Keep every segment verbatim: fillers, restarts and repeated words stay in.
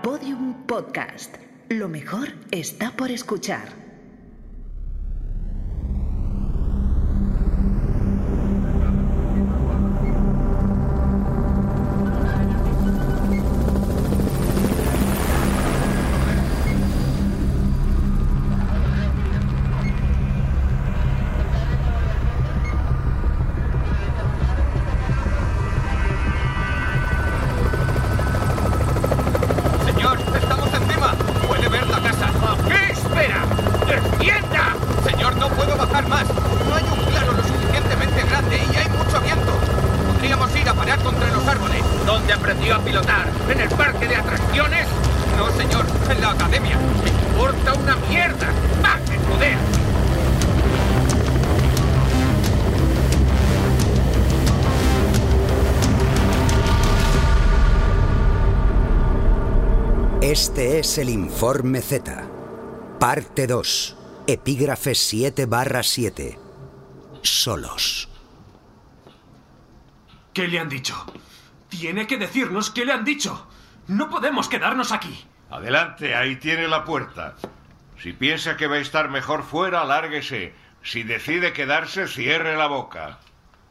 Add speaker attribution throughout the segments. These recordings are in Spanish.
Speaker 1: Podium Podcast. Lo mejor está por escuchar.
Speaker 2: ¿Dónde aprendió a pilotar? ¿En el parque de atracciones? No, señor, en la academia. Me importa una mierda. ¡Baje, joder!
Speaker 3: Este es el Informe Z. Parte dos. Epígrafe siete barra siete. Solos.
Speaker 4: ¿Qué le han dicho? Tiene que decirnos qué le han dicho. No podemos quedarnos aquí.
Speaker 5: Adelante, ahí tiene la puerta. Si piensa que va a estar mejor fuera, lárguese. Si decide quedarse, cierre la boca.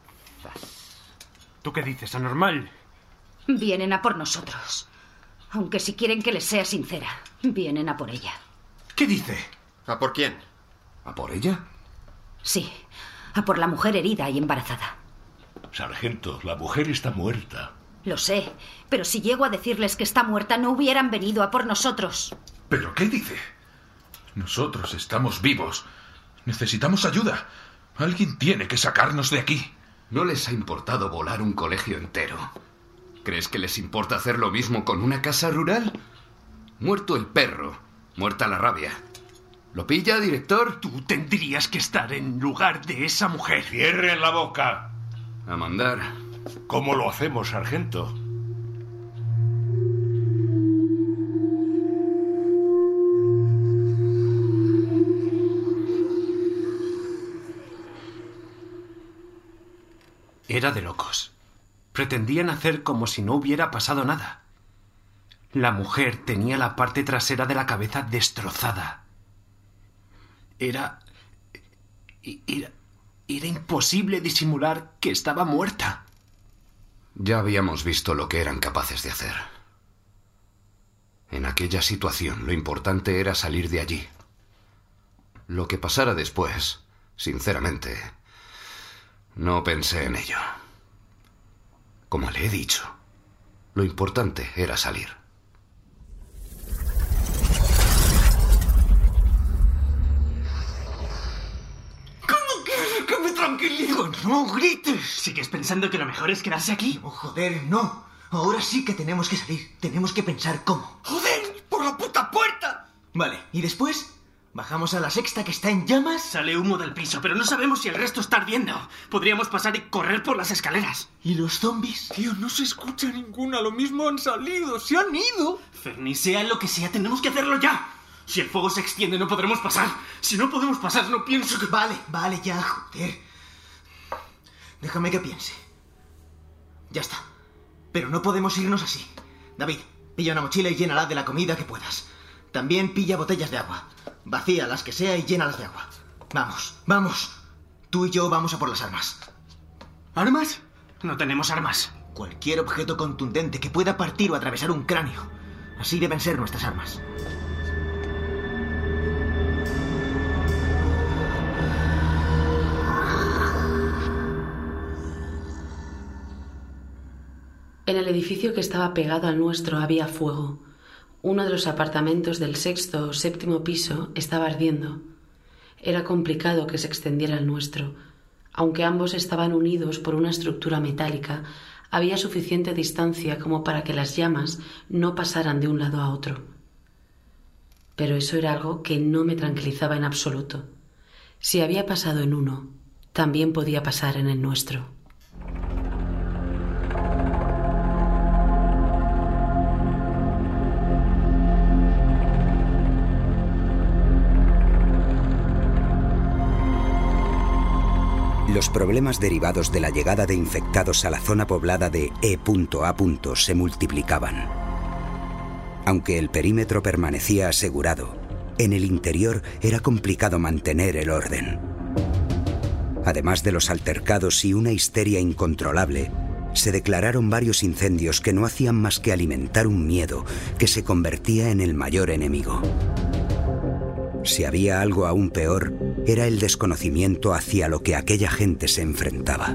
Speaker 4: ¿Tú qué dices, anormal?
Speaker 6: Vienen a por nosotros. Aunque si quieren que les sea sincera, vienen a por ella.
Speaker 4: ¿Qué dice?
Speaker 7: ¿A por quién?
Speaker 4: ¿A por ella?
Speaker 6: Sí, a por la mujer herida y embarazada.
Speaker 5: Sargento, la mujer está muerta.
Speaker 6: Lo sé, pero si llego a decirles que está muerta, no hubieran venido a por nosotros.
Speaker 8: ¿Pero qué dice? Nosotros estamos vivos. Necesitamos ayuda. Alguien tiene que sacarnos de aquí.
Speaker 9: ¿No les ha importado volar un colegio entero? ¿Crees que les importa hacer lo mismo con una casa rural? Muerto el perro, muerta la rabia. ¿Lo pilla, director?
Speaker 4: Tú tendrías que estar en lugar de esa mujer.
Speaker 5: ¡Cierren la boca!
Speaker 9: A mandar.
Speaker 5: ¿Cómo lo hacemos, sargento?
Speaker 4: Era de locos. Pretendían hacer como si no hubiera pasado nada. La mujer tenía la parte trasera de la cabeza destrozada. Era... Era... Era imposible disimular que estaba muerta.
Speaker 9: Ya habíamos visto lo que eran capaces de hacer. En aquella situación, lo importante era salir de allí. Lo que pasara después, sinceramente, no pensé en ello. Como le he dicho, lo importante era salir.
Speaker 10: Tranquilizo, no grites. ¿Sigues pensando que lo mejor es quedarse aquí?
Speaker 11: No, joder, no. Ahora sí que tenemos que salir. Tenemos que pensar cómo.
Speaker 10: ¡Joder! ¡Por la puta puerta!
Speaker 11: Vale, ¿y después? ¿Bajamos a la sexta que está en llamas?
Speaker 10: Sale humo del piso, pero no sabemos si el resto está ardiendo. Podríamos pasar y correr por las escaleras.
Speaker 11: ¿Y los zombies?
Speaker 10: Tío, no se escucha ninguna. Lo mismo han salido. ¡Se han ido! Fernie, sea lo que sea, tenemos que hacerlo ya. Si el fuego se extiende, no podremos pasar. Si no podemos pasar, no pienso que...
Speaker 11: Vale, vale, ya, joder. Déjame que piense. Ya está. Pero no podemos irnos así. David, pilla una mochila y llénala de la comida que puedas. También pilla botellas de agua. Vacía las que sea y llénalas de agua. Vamos, vamos. Tú y yo vamos a por las armas.
Speaker 10: ¿Armas? No tenemos armas.
Speaker 11: Cualquier objeto contundente que pueda partir o atravesar un cráneo. Así deben ser nuestras armas.
Speaker 12: En el edificio que estaba pegado al nuestro había fuego. Uno de los apartamentos del sexto o séptimo piso estaba ardiendo. Era complicado que se extendiera al nuestro. Aunque ambos estaban unidos por una estructura metálica, había suficiente distancia como para que las llamas no pasaran de un lado a otro. Pero eso era algo que no me tranquilizaba en absoluto. Si había pasado en uno, también podía pasar en el nuestro.
Speaker 3: Los problemas derivados de la llegada de infectados a la zona poblada de E A se multiplicaban. Aunque el perímetro permanecía asegurado, en el interior era complicado mantener el orden. Además de los altercados y una histeria incontrolable, se declararon varios incendios que no hacían más que alimentar un miedo que se convertía en el mayor enemigo. Si había algo aún peor, era el desconocimiento hacia lo que aquella gente se enfrentaba.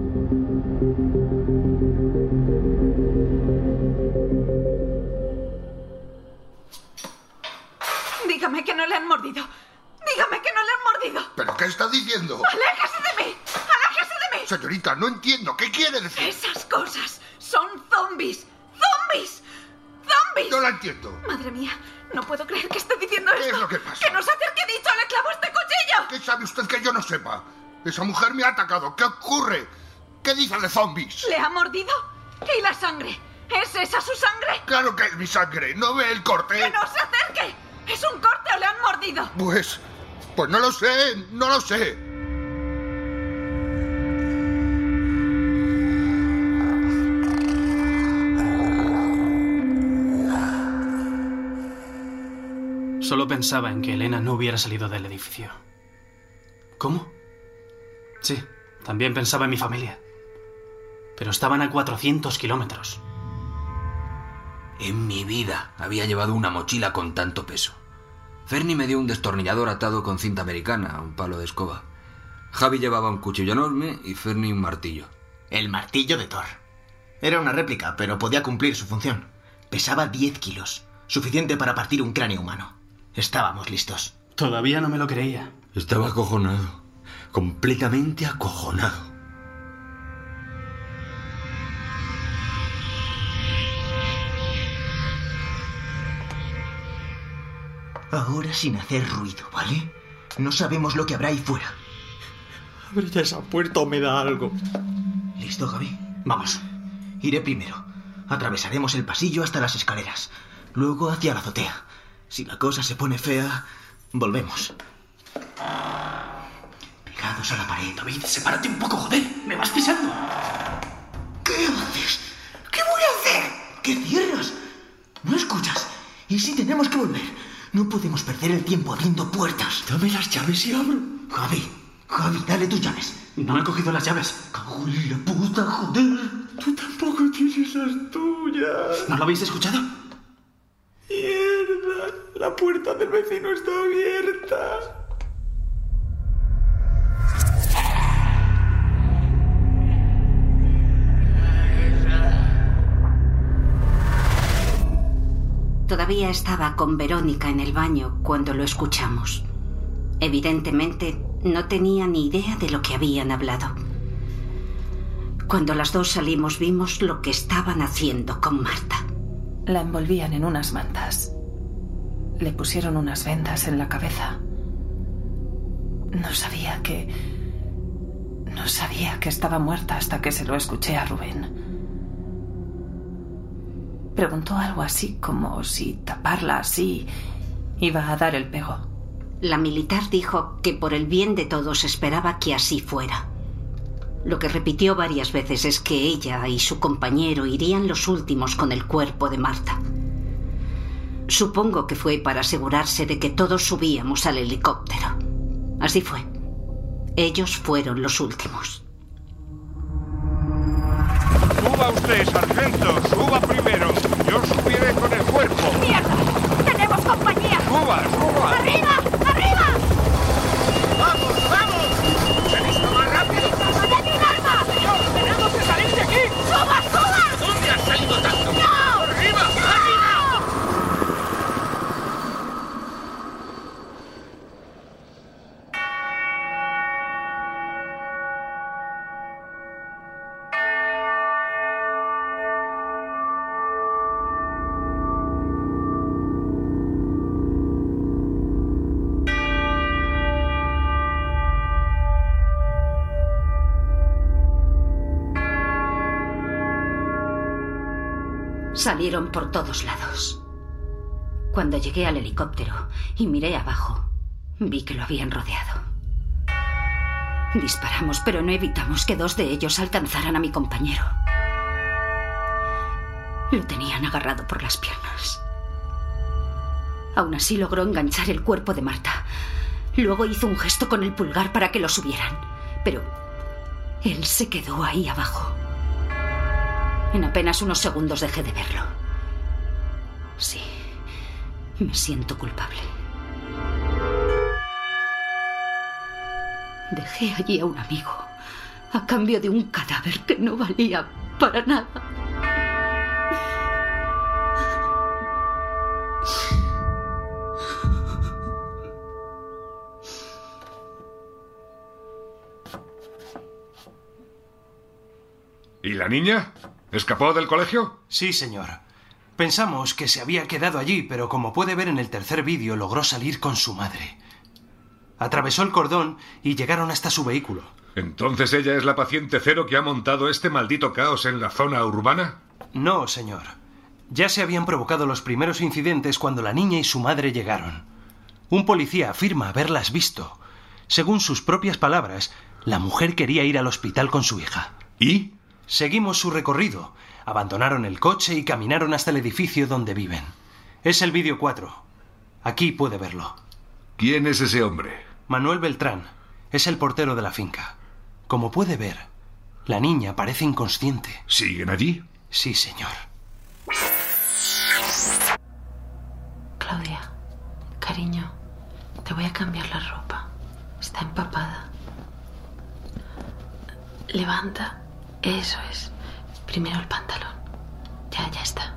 Speaker 7: Dígame que no le han mordido. Dígame que no le han mordido.
Speaker 13: ¿Pero qué está diciendo?
Speaker 7: ¡Aléjese de mí! ¡Aléjese de mí!
Speaker 13: Señorita, no entiendo. ¿Qué quiere decir?
Speaker 7: Esas cosas son zombies. ¡Zombies! ¡Zombies!
Speaker 13: No la entiendo.
Speaker 7: Madre mía, no puedo creer que esté diciendo esto.
Speaker 13: ¿Qué es lo que pasa?
Speaker 7: ¡Que no se acerque, he dicho! ¡Le clavo este cuchillo!
Speaker 13: ¿Qué sabe usted que yo no sepa? Esa mujer me ha atacado. ¿Qué ocurre? ¿Qué dice de zombies?
Speaker 7: ¿Le ha mordido? ¿Y la sangre? ¿Es esa su sangre?
Speaker 13: Claro que es mi sangre. ¿No ve el corte?
Speaker 7: ¡Que no se acerque! ¿Es un corte o le han mordido?
Speaker 13: Pues... Pues no lo sé. No lo sé.
Speaker 10: Solo pensaba en que Elena no hubiera salido del edificio. ¿Cómo? Sí, también pensaba en mi familia. Pero estaban a cuatrocientos kilómetros.
Speaker 14: En mi vida había llevado una mochila con tanto peso. Fernie me dio un destornillador atado con cinta americana a un palo de escoba. Javi llevaba un cuchillo enorme y Fernie un martillo.
Speaker 11: El martillo de Thor. Era una réplica, pero podía cumplir su función. Pesaba diez kilos, suficiente para partir un cráneo humano. Estábamos listos.
Speaker 10: Todavía no me lo creía.
Speaker 14: Estaba acojonado. Completamente acojonado.
Speaker 11: Ahora sin hacer ruido, ¿vale? No sabemos lo que habrá ahí fuera.
Speaker 10: Abre ya esa puerta o me da algo.
Speaker 11: ¿Listo, Javi? Vamos. Iré primero. Atravesaremos el pasillo hasta las escaleras. Luego hacia la azotea. Si la cosa se pone fea, volvemos. Pegados a la pared.
Speaker 10: David, sepárate un poco, joder. Me vas pisando.
Speaker 11: ¿Qué haces? ¿Qué voy a hacer? ¿Qué cierras? ¿No escuchas? ¿Y si tenemos que volver? No podemos perder el tiempo abriendo puertas.
Speaker 10: Dame las llaves y abro.
Speaker 11: Javi, Javi, dale tus llaves.
Speaker 10: No he cogido las llaves.
Speaker 11: Cago en la puta, joder.
Speaker 10: Tú tampoco tienes las tuyas. ¿No lo habéis escuchado? Mierda, la puerta del vecino está abierta.
Speaker 6: Todavía estaba con Verónica en el baño cuando lo escuchamos. Evidentemente, no tenía ni idea de lo que habían hablado. Cuando las dos salimos, vimos lo que estaban haciendo con Marta.
Speaker 1: La envolvían en unas mantas. Le pusieron unas vendas en la cabeza. No sabía que... No sabía que estaba muerta hasta que se lo escuché a Rubén. Preguntó algo así como si taparla así iba a dar el pego.
Speaker 6: La militar dijo que por el bien de todos esperaba que así fuera. Lo que repitió varias veces es que ella y su compañero irían los últimos con el cuerpo de Marta. Supongo que fue para asegurarse de que todos subíamos al helicóptero. Así fue. Ellos fueron los últimos.
Speaker 5: Suba usted, sargento. Suba primero. Yo subiré con el cuerpo.
Speaker 7: ¡Mierda! ¡Tenemos compañía!
Speaker 5: ¡Suba, suba!
Speaker 7: ¡Arriba! ¡Arriba!
Speaker 2: ¡Vamos, vamos! ¡Se visto más rápido!
Speaker 7: ¡Dame un arma!
Speaker 2: ¡Señor, tenemos que salir de aquí!
Speaker 7: ¡Suba, suba!
Speaker 2: ¿Dónde has salido tanto?
Speaker 7: ¡No!
Speaker 2: ¡Arriba,
Speaker 7: ¡No!
Speaker 2: arriba!
Speaker 6: Salieron por todos lados. Cuando llegué al helicóptero y miré abajo, vi que lo habían rodeado. Disparamos, pero no evitamos que dos de ellos alcanzaran a mi compañero. Lo tenían agarrado por las piernas. Aún así logró enganchar el cuerpo de Marta. Luego hizo un gesto con el pulgar para que lo subieran. Pero él se quedó ahí abajo. En apenas unos segundos dejé de verlo. Sí, me siento culpable. Dejé allí a un amigo a cambio de un cadáver que no valía para nada.
Speaker 15: ¿Y la niña? ¿Escapó del colegio?
Speaker 4: Sí, señor. Pensamos que se había quedado allí, pero como puede ver en el tercer vídeo, logró salir con su madre. Atravesó el cordón y llegaron hasta su vehículo.
Speaker 15: ¿Entonces ella es la paciente cero que ha montado este maldito caos en la zona urbana?
Speaker 4: No, señor. Ya se habían provocado los primeros incidentes cuando la niña y su madre llegaron. Un policía afirma haberlas visto. Según sus propias palabras, la mujer quería ir al hospital con su hija.
Speaker 15: ¿Y?
Speaker 4: Seguimos su recorrido. Abandonaron el coche y caminaron hasta el edificio donde viven. Es el vídeo cuatro. Aquí puede verlo.
Speaker 15: ¿Quién es ese hombre?
Speaker 4: Manuel Beltrán. Es el portero de la finca. Como puede ver, la niña parece inconsciente.
Speaker 15: ¿Siguen allí?
Speaker 4: Sí, señor.
Speaker 12: Claudia, cariño, te voy a cambiar la ropa. Está empapada. Levanta. Eso es. Primero el pantalón. Ya, ya está.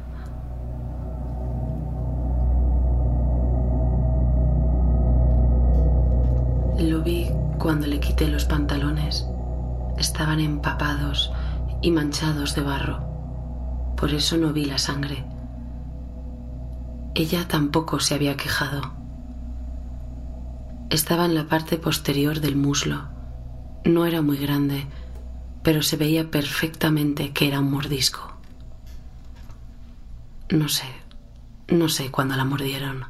Speaker 12: Lo vi cuando le quité los pantalones. Estaban empapados y manchados de barro. Por eso no vi la sangre. Ella tampoco se había quejado. Estaba en la parte posterior del muslo. No era muy grande, pero se veía perfectamente que era un mordisco. No sé, no sé cuándo la mordieron.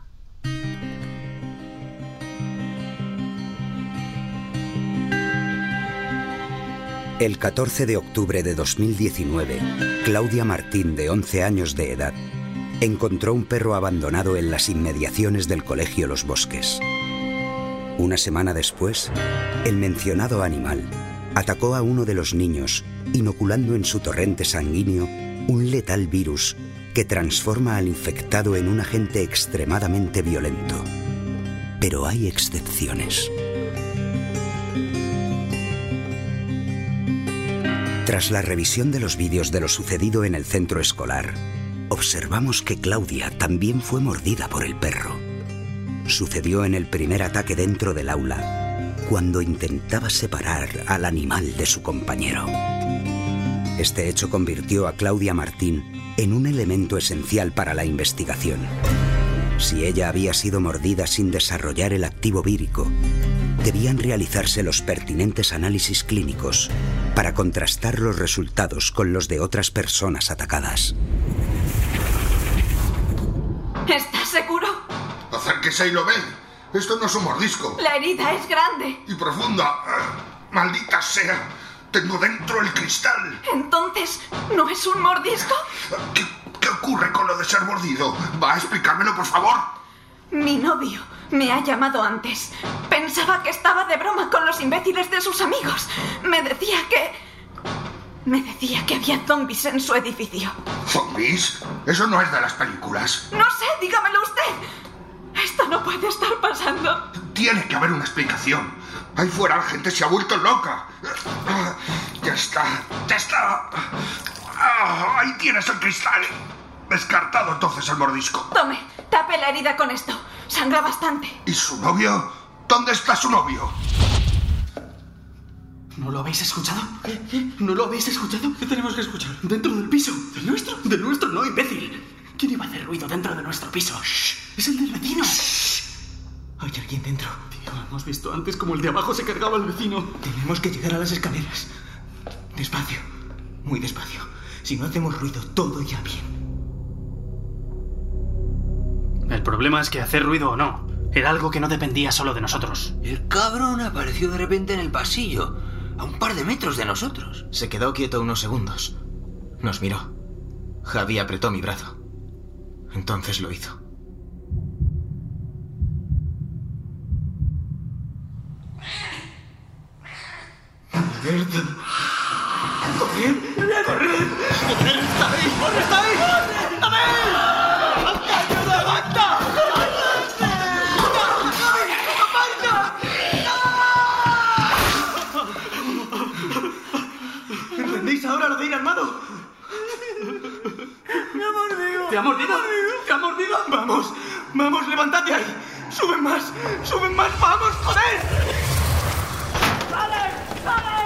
Speaker 3: El catorce de octubre de dos mil diecinueve, Claudia Martín, de once años de edad, encontró un perro abandonado en las inmediaciones del colegio Los Bosques. Una semana después, el mencionado animal atacó a uno de los niños, inoculando en su torrente sanguíneo un letal virus que transforma al infectado en un agente extremadamente violento. Pero hay excepciones. Tras la revisión de los vídeos de lo sucedido en el centro escolar, observamos que Claudia también fue mordida por el perro. Sucedió en el primer ataque dentro del aula, cuando intentaba separar al animal de su compañero. Este hecho convirtió a Claudia Martín en un elemento esencial para la investigación. Si ella había sido mordida sin desarrollar el activo vírico, debían realizarse los pertinentes análisis clínicos para contrastar los resultados con los de otras personas atacadas.
Speaker 7: ¿Estás seguro?
Speaker 13: Acérquese y lo ve. Esto no es un mordisco.
Speaker 7: La herida es grande.
Speaker 13: Y profunda. Maldita sea. Tengo dentro el cristal.
Speaker 7: Entonces, ¿no es un mordisco?
Speaker 13: ¿Qué, qué ocurre con lo de ser mordido? ¿Va a explicármelo, por favor?
Speaker 7: Mi novio me ha llamado antes. Pensaba que estaba de broma con los imbéciles de sus amigos. Me decía que... Me decía que había zombies en su edificio.
Speaker 13: ¿Zombies? Eso no es de las películas.
Speaker 7: No sé, dígamelo usted. Esto no puede estar pasando.
Speaker 13: Tiene que haber una explicación. Ahí fuera la gente se ha vuelto loca. Ya está, ya está. Ah, ahí tienes el cristal. Descartado entonces el mordisco.
Speaker 7: Tome, tape la herida con esto. Sangra bastante.
Speaker 13: ¿Y su novio? ¿Dónde está su novio?
Speaker 10: ¿No lo habéis escuchado? ¿Eh? ¿Eh? ¿No lo habéis escuchado? ¿Qué tenemos que escuchar? ¿Dentro del piso? ¿Del nuestro? ¿Del nuestro? No, imbécil. ¿Quién iba a hacer ruido dentro de nuestro piso? Shh. Es el del vecino. Shh.
Speaker 11: Hay alguien dentro.
Speaker 10: Tío, hemos visto antes como el de abajo se cargaba al vecino.
Speaker 11: Tenemos que llegar a las escaleras. Despacio. Muy despacio. Si no hacemos ruido, todo irá bien.
Speaker 10: El problema es que hacer ruido o no era algo que no dependía solo de nosotros.
Speaker 14: El cabrón apareció de repente en el pasillo, a un par de metros de nosotros.
Speaker 11: Se quedó quieto unos segundos. Nos miró. Javi apretó mi brazo. Entonces lo hizo. ¡Mierda! ¡Corred! ¡Corred! ¡Joder, está ahí! ¡Está ahí! ¡David! ¡Levanta! ¿Entendéis ahora lo de ir armado? ¡Me ha mordido! ¿Te ha mordido? ¿Te ha mordido? ¡Vamos! ¡Vamos, levántate ahí! ¡Suben más! ¡Suben más! ¡Vamos, joder! ¡Sale! ¡Sale!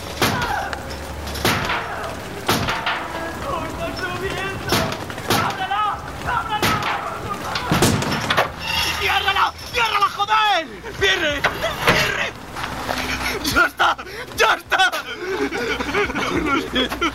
Speaker 11: ¡Está subiendo! ¡Ábrela! ¡Ábrela! ¡Ciérrala! ¡Ciérrala, joder! ¡Cierre! ¡Cierre! ¡Ya está! ¡Ya está! Lo siento.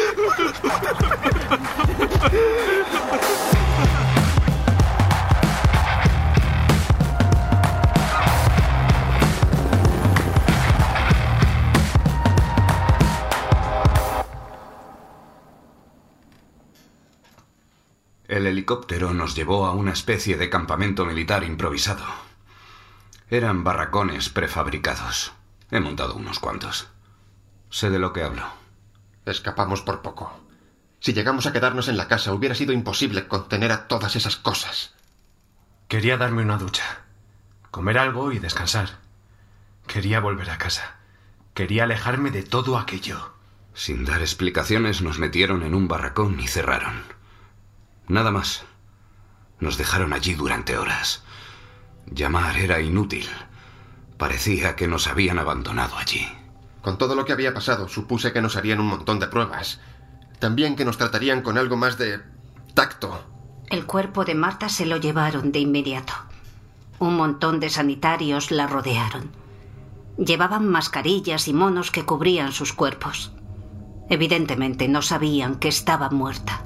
Speaker 9: El helicóptero nos llevó a una especie de campamento militar improvisado. Eran barracones prefabricados. He montado unos cuantos. Sé de lo que hablo.
Speaker 16: Escapamos por poco. Si llegamos a quedarnos en la casa, hubiera sido imposible contener a todas esas cosas.
Speaker 4: Quería darme una ducha, comer algo y descansar. Quería volver a casa. Quería alejarme de todo aquello.
Speaker 9: Sin dar explicaciones, nos metieron en un barracón y cerraron. Nada más. Nos dejaron allí durante horas. Llamar era inútil. Parecía que nos habían abandonado allí.
Speaker 16: Con todo lo que había pasado, supuse que nos harían un montón de pruebas. También que nos tratarían con algo más de tacto.
Speaker 6: El cuerpo de Marta se lo llevaron de inmediato. Un montón de sanitarios la rodearon. Llevaban mascarillas y monos que cubrían sus cuerpos. Evidentemente no sabían que estaba muerta.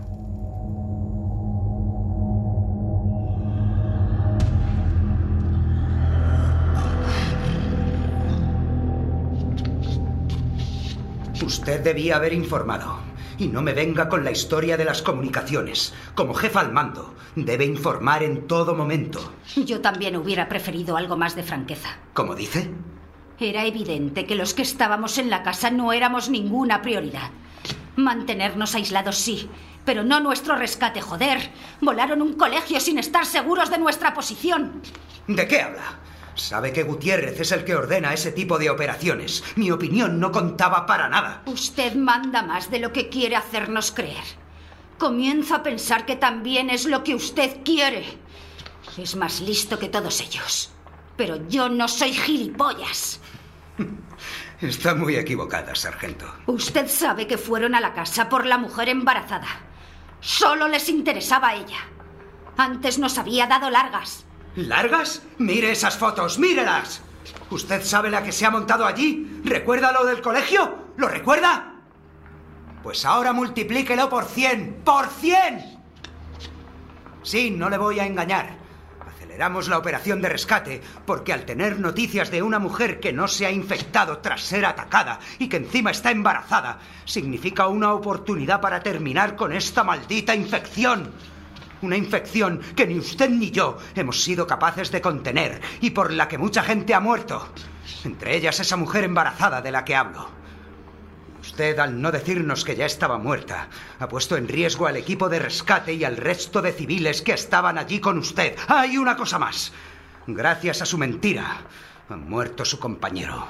Speaker 3: Usted debía haber informado. Y no me venga con la historia de las comunicaciones. Como jefa al mando, debe informar en todo momento.
Speaker 17: Yo también hubiera preferido algo más de franqueza.
Speaker 3: ¿Cómo dice?
Speaker 17: Era evidente que los que estábamos en la casa no éramos ninguna prioridad. Mantenernos aislados sí, pero no nuestro rescate, joder. Volaron un colegio sin estar seguros de nuestra posición.
Speaker 3: ¿De qué habla? Sabe que Gutiérrez es el que ordena ese tipo de operaciones. Mi opinión no contaba para nada.
Speaker 17: Usted manda más de lo que quiere hacernos creer. Comienzo a pensar que también es lo que usted quiere. Es más listo que todos ellos. Pero yo no soy gilipollas.
Speaker 3: Está muy equivocada, sargento.
Speaker 17: Usted sabe que fueron a la casa por la mujer embarazada. Solo les interesaba a ella. Antes nos había dado largas.
Speaker 3: ¿Largas? Mire esas fotos, mírelas. ¿Usted sabe la que se ha montado allí? ¿Recuerda lo del colegio? ¿Lo recuerda? Pues ahora multiplíquelo por cien. ¡Por cien! Sí, no le voy a engañar. Aceleramos la operación de rescate porque al tener noticias de una mujer que no se ha infectado tras ser atacada y que encima está embarazada, significa una oportunidad para terminar con esta maldita infección. Una infección que ni usted ni yo hemos sido capaces de contener y por la que mucha gente ha muerto. Entre ellas esa mujer embarazada de la que hablo. Usted, al no decirnos que ya estaba muerta, ha puesto en riesgo al equipo de rescate y al resto de civiles que estaban allí con usted. Hay una cosa más. Gracias a su mentira, ha muerto su compañero.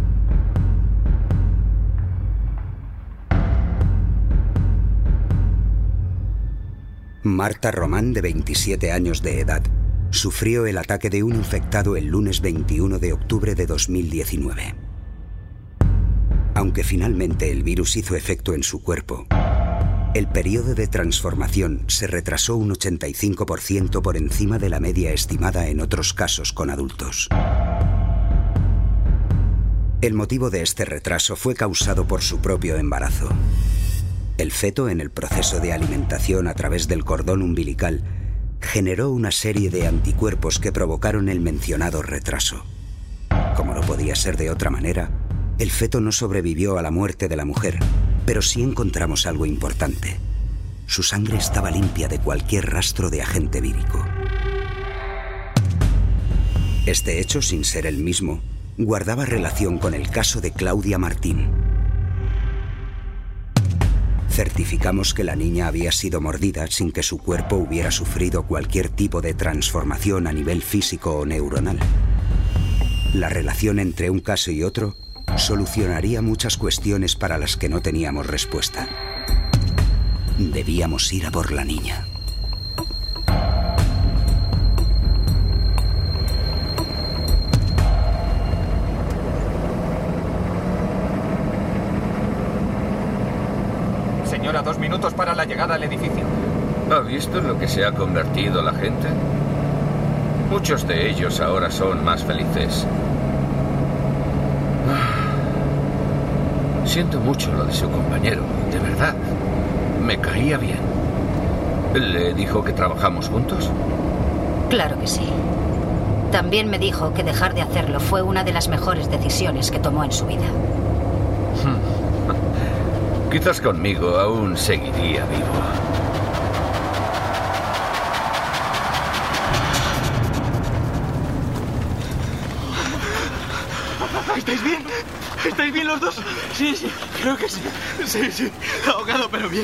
Speaker 3: Marta Román, de veintisiete años de edad, sufrió el ataque de un infectado el lunes veintiuno de octubre de dos mil diecinueve. Aunque finalmente el virus hizo efecto en su cuerpo, el periodo de transformación se retrasó un ochenta y cinco por ciento por encima de la media estimada en otros casos con adultos. El motivo de este retraso fue causado por su propio embarazo. El feto, en el proceso de alimentación a través del cordón umbilical, generó una serie de anticuerpos que provocaron el mencionado retraso. Como no podía ser de otra manera, el feto no sobrevivió a la muerte de la mujer, pero sí encontramos algo importante. Su sangre estaba limpia de cualquier rastro de agente vírico. Este hecho, sin ser el mismo, guardaba relación con el caso de Claudia Martín. Certificamos que la niña había sido mordida sin que su cuerpo hubiera sufrido cualquier tipo de transformación a nivel físico o neuronal. La relación entre un caso y otro solucionaría muchas cuestiones para las que no teníamos respuesta. Debíamos ir a por la niña.
Speaker 2: Señora, dos minutos para la llegada al edificio.
Speaker 18: ¿Ha visto en lo que se ha convertido la gente? Muchos de ellos ahora son más felices. Siento mucho lo de su compañero, de verdad. Me caía bien. ¿Le dijo que trabajamos juntos?
Speaker 17: Claro que sí. También me dijo que dejar de hacerlo fue una de las mejores decisiones que tomó en su vida.
Speaker 18: Quizás conmigo aún seguiría vivo.
Speaker 11: ¿Estáis bien? ¿Estáis bien los dos? Sí, sí, creo que sí. Sí, sí, ahogado pero bien.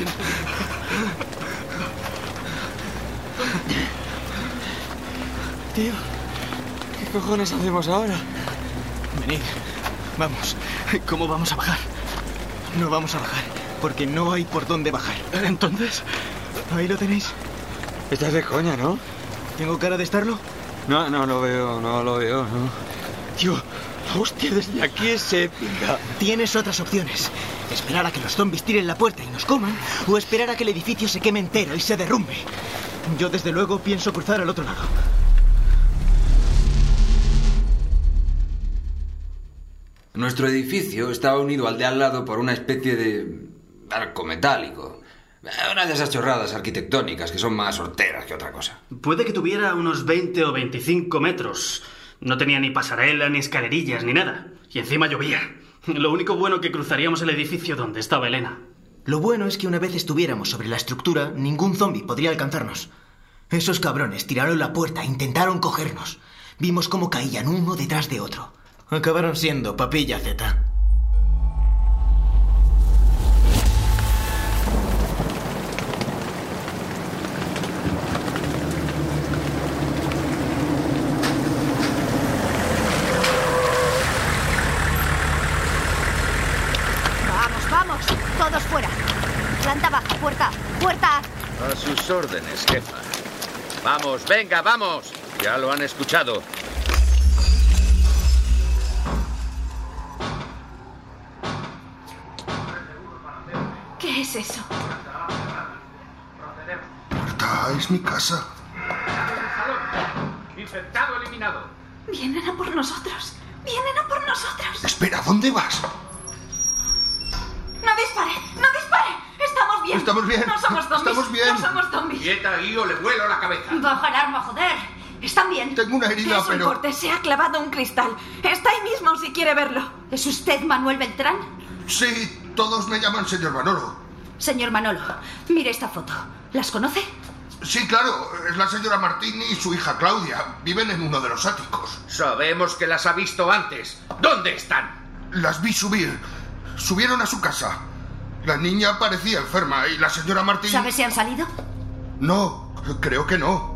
Speaker 11: Tío, ¿qué cojones hacemos ahora? Venid, vamos. ¿Cómo vamos a bajar? No vamos a bajar, porque no hay por dónde bajar. Entonces, ahí lo tenéis. Estás de coña, ¿no? ¿Tengo cara de estarlo? No, no lo veo, no lo veo, no. Tío, hostia, desde aquí es épica. Tienes otras opciones. Esperar a que los zombies tiren la puerta y nos coman, o esperar a que el edificio se queme entero y se derrumbe. Yo, desde luego, pienso cruzar al otro lado.
Speaker 14: Nuestro edificio estaba unido al de al lado por una especie de arco metálico. Una de esas chorradas arquitectónicas que son más horteras que otra cosa.
Speaker 10: Puede que tuviera unos veinte o veinticinco metros. No tenía ni pasarela, ni escalerillas, ni nada. Y encima llovía. Lo único bueno que cruzaríamos el edificio donde estaba Elena.
Speaker 11: Lo bueno es que una vez estuviéramos sobre la estructura, ningún zombi podría alcanzarnos. Esos cabrones tiraron la puerta e intentaron cogernos. Vimos cómo caían uno detrás de otro. Acabaron siendo Papilla Z.
Speaker 17: Vamos, vamos, todos fuera. Planta baja, puerta, puerta.
Speaker 18: A sus órdenes, jefa. Vamos, venga, vamos. Ya lo han escuchado.
Speaker 7: ¿Qué es eso?
Speaker 13: Esta es mi casa.
Speaker 2: Infectado eliminado.
Speaker 7: Vienen a por nosotros. Vienen a por nosotros.
Speaker 13: Espera, ¿dónde vas?
Speaker 7: No dispare, no dispare. Estamos bien.
Speaker 13: Estamos bien.
Speaker 7: No somos zombies.
Speaker 13: Estamos bien.
Speaker 7: No somos zombies.
Speaker 2: Quieta ahí o le vuelo la cabeza.
Speaker 17: Baja el arma, joder. Están bien.
Speaker 13: Tengo una herida,
Speaker 7: Es un
Speaker 13: pero...
Speaker 7: corte, se ha clavado un cristal. Está ahí mismo si quiere verlo.
Speaker 17: ¿Es usted Manuel Beltrán?
Speaker 13: Sí, todos me llaman señor Manolo.
Speaker 17: Señor Manolo, mire esta foto. ¿Las conoce?
Speaker 13: Sí, claro, es la señora Martín y su hija Claudia. Viven en uno de los áticos.
Speaker 2: Sabemos que las ha visto antes. ¿Dónde están?
Speaker 13: Las vi subir. Subieron a su casa. La niña parecía enferma y la señora Martín...
Speaker 17: ¿Sabe si han salido?
Speaker 13: No, creo que no.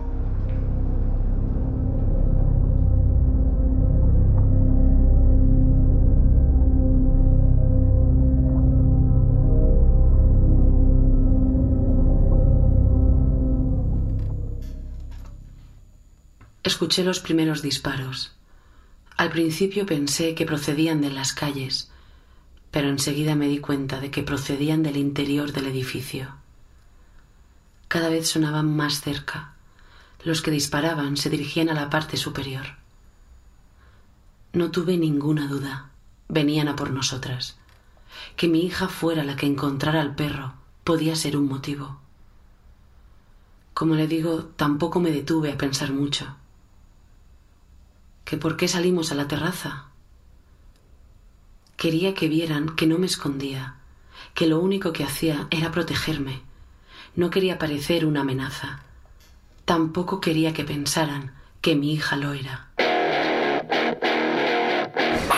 Speaker 12: Escuché los primeros disparos. Al principio pensé que procedían de las calles, pero enseguida me di cuenta de que procedían del interior del edificio. Cada vez sonaban más cerca. Los que disparaban se dirigían a la parte superior. No tuve ninguna duda. Venían a por nosotras. Que mi hija fuera la que encontrara al perro podía ser un motivo. Como le digo, tampoco me detuve a pensar mucho. ¿Que por qué salimos a la terraza? Quería que vieran que no me escondía, que lo único que hacía era protegerme. No quería parecer una amenaza. Tampoco quería que pensaran que mi hija lo era.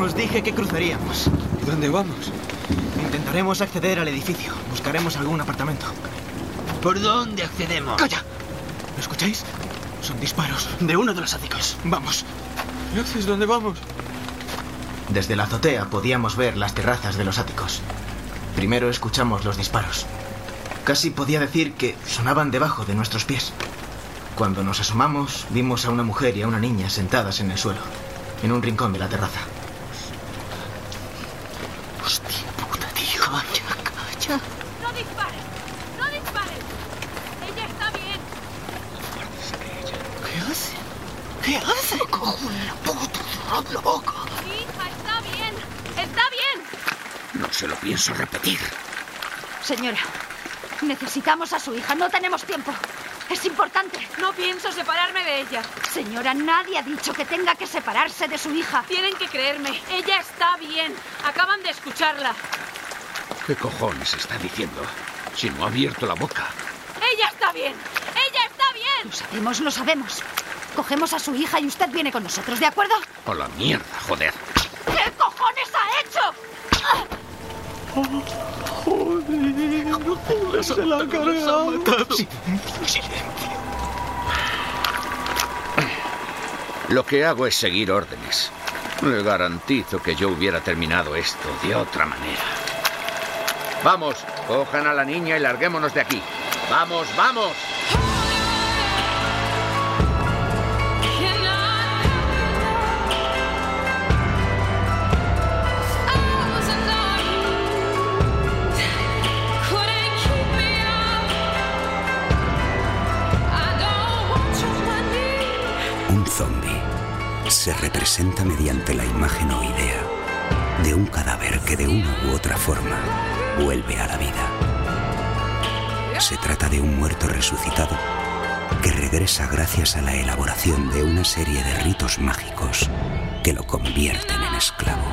Speaker 11: Os dije que cruzaríamos.
Speaker 19: ¿Dónde vamos?
Speaker 11: Intentaremos acceder al edificio. Buscaremos algún apartamento.
Speaker 19: ¿Por dónde accedemos?
Speaker 11: ¡Calla! ¿Lo escucháis? Son disparos.
Speaker 19: De uno de los áticos.
Speaker 11: Vamos.
Speaker 19: ¿Y haces dónde vamos?
Speaker 11: Desde la azotea podíamos ver las terrazas de los áticos. Primero escuchamos los disparos. Casi podía decir que sonaban debajo de nuestros pies. Cuando nos asomamos, vimos a una mujer y a una niña sentadas en el suelo, en un rincón de la terraza.
Speaker 19: Hostia puta, tío.
Speaker 11: Calla, calla.
Speaker 20: ¡No disparen! ¡No disparen! ¡Ella está bien!
Speaker 11: ¿Qué hace? ¿Qué hace? ¡Cojo la puta! ¡Cerrad la boca!
Speaker 20: Mi hija está bien. ¡Está bien!
Speaker 18: No se lo pienso repetir.
Speaker 17: Señora, necesitamos a su hija. No tenemos tiempo. Es importante.
Speaker 20: No pienso separarme de ella.
Speaker 17: Señora, nadie ha dicho que tenga que separarse de su hija.
Speaker 20: Tienen que creerme. Ella está bien. Acaban de escucharla.
Speaker 18: ¿Qué cojones está diciendo? Si no ha abierto la boca.
Speaker 20: ¡Ella está bien! ¡Ella está bien!
Speaker 17: Lo sabemos, lo sabemos. Cogemos a su hija y usted viene con nosotros, ¿de acuerdo?
Speaker 18: ¡A la mierda, joder!
Speaker 17: ¿Qué cojones ha hecho?
Speaker 19: Joder, joder, se la ha cargado.
Speaker 18: Lo que hago es seguir órdenes. Le garantizo que yo hubiera terminado esto de otra manera. Vamos, cojan a la niña y larguémonos de aquí. ¡Vamos, vamos!
Speaker 3: Un zombi se representa mediante la imagen o idea de un cadáver que de una u otra forma vuelve a la vida. Se trata de un muerto resucitado que regresa gracias a la elaboración de una serie de ritos mágicos que lo convierten en esclavo.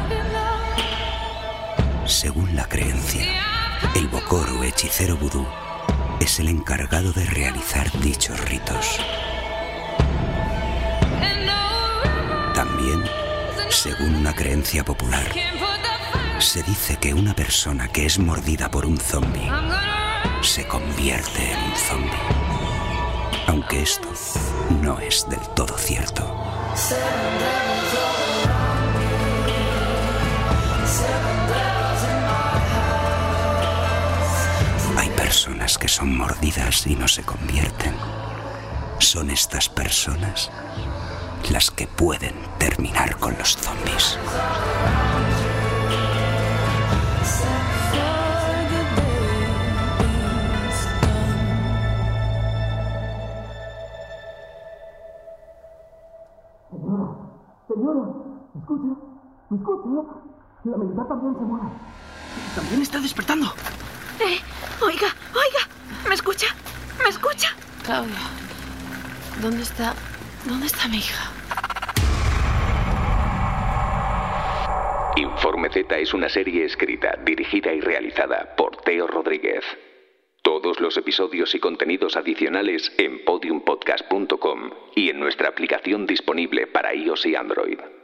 Speaker 3: Según la creencia, el bokor o hechicero vudú es el encargado de realizar dichos ritos. También, según una creencia popular, se dice que una persona que es mordida por un zombi se convierte en un zombi. Aunque esto no es del todo cierto. Hay personas que son mordidas y no se convierten. Son estas personas las que pueden terminar con los zombis.
Speaker 11: Señora, señora, ¿me escucha? ¿Me escucha? La militar también se muere.
Speaker 19: También está despertando.
Speaker 7: Eh, oiga, oiga, ¿me escucha? ¿Me escucha?
Speaker 12: Claudia, ¿dónde está? ¿Dónde está mi hija?
Speaker 21: Informe Z es una serie escrita, dirigida y realizada por Teo Rodríguez. Todos los episodios y contenidos adicionales en podium podcast punto com y en nuestra aplicación disponible para iOS y Android.